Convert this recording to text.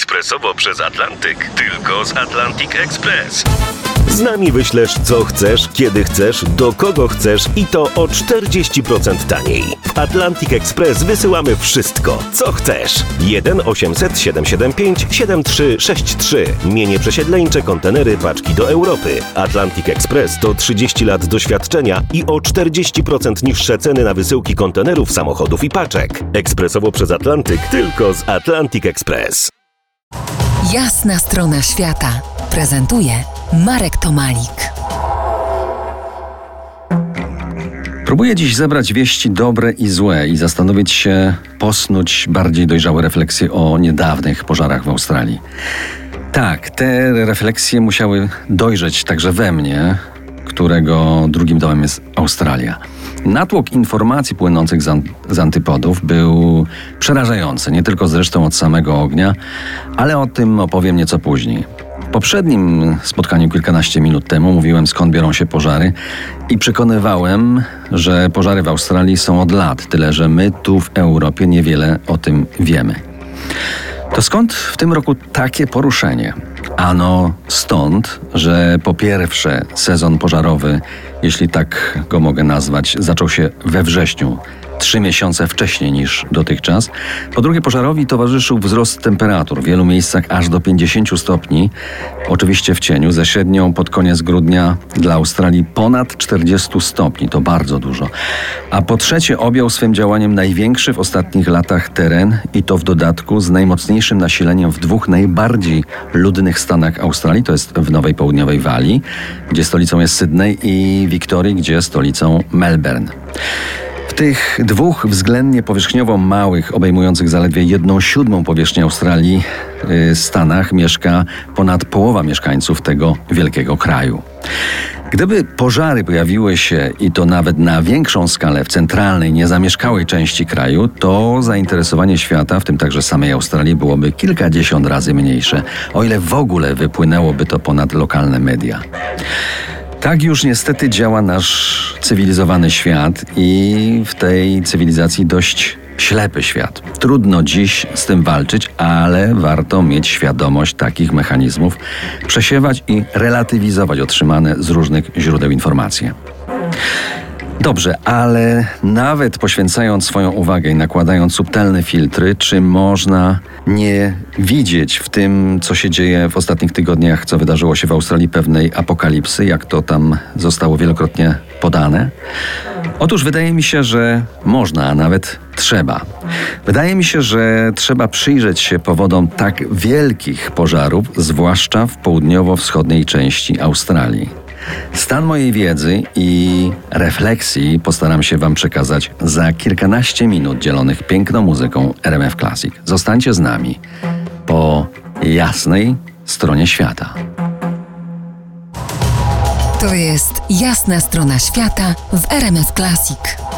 ekspresowo przez Atlantyk. Tylko z Atlantic Express. Z nami wyślesz co chcesz, kiedy chcesz, do kogo chcesz i to o 40% taniej. W Atlantic Express wysyłamy wszystko, co chcesz. 1 800 775 7363. Mienie przesiedleńcze, kontenery, paczki do Europy. Atlantic Express to 30 lat doświadczenia i o 40% niższe ceny na wysyłki kontenerów, samochodów i paczek. Ekspresowo przez Atlantyk, tylko z Atlantic Express. Jasna strona świata prezentuje Marek Tomalik. Próbuję dziś zebrać wieści dobre i złe i zastanowić się, posnuć bardziej dojrzałe refleksje o niedawnych pożarach w Australii. Tak, te refleksje musiały dojrzeć także we mnie, którego drugim domem jest Australia. Natłok informacji płynących z antypodów był przerażający, nie tylko zresztą od samego ognia, ale o tym opowiem nieco później. W poprzednim spotkaniu kilkanaście minut temu mówiłem, skąd biorą się pożary i przekonywałem, że pożary w Australii są od lat, tyle że my tu w Europie niewiele o tym wiemy. To skąd w tym roku takie poruszenie? Ano stąd, że po pierwsze sezon pożarowy, jeśli tak go mogę nazwać, zaczął się we wrześniu, 3 miesiące wcześniej niż dotychczas. Po drugie, pożarowi towarzyszył wzrost temperatur w wielu miejscach aż do 50 stopni, oczywiście w cieniu, ze średnią pod koniec grudnia dla Australii ponad 40 stopni, to bardzo dużo. A po trzecie, objął swym działaniem największy w ostatnich latach teren i to w dodatku z najmocniejszym nasileniem w dwóch najbardziej ludnych stanach Australii, to jest w Nowej Południowej Walii, gdzie stolicą jest Sydney, i Wiktorii, gdzie stolicą Melbourne. W tych dwóch względnie powierzchniowo małych, obejmujących zaledwie 1/7 powierzchni Australii stanach mieszka ponad połowa mieszkańców tego wielkiego kraju. Gdyby pożary pojawiły się i to nawet na większą skalę w centralnej, niezamieszkałej części kraju, to zainteresowanie świata, w tym także samej Australii, byłoby kilkadziesiąt razy mniejsze, o ile w ogóle wypłynęłoby to ponad lokalne media. Tak już niestety działa nasz cywilizowany świat i w tej cywilizacji dość ślepy świat. Trudno dziś z tym walczyć, ale warto mieć świadomość takich mechanizmów, przesiewać i relatywizować otrzymane z różnych źródeł informacje. Dobrze, ale nawet poświęcając swoją uwagę i nakładając subtelne filtry, czy można nie widzieć w tym, co się dzieje w ostatnich tygodniach, co wydarzyło się w Australii, pewnej apokalipsy, jak to tam zostało wielokrotnie podane? Otóż wydaje mi się, że można, a nawet trzeba. Wydaje mi się, że trzeba przyjrzeć się powodom tak wielkich pożarów, zwłaszcza w południowo-wschodniej części Australii. Stan mojej wiedzy i refleksji postaram się Wam przekazać za kilkanaście minut dzielonych piękną muzyką RMF Classic. Zostańcie z nami po jasnej stronie świata. To jest Jasna strona świata w RMF Classic.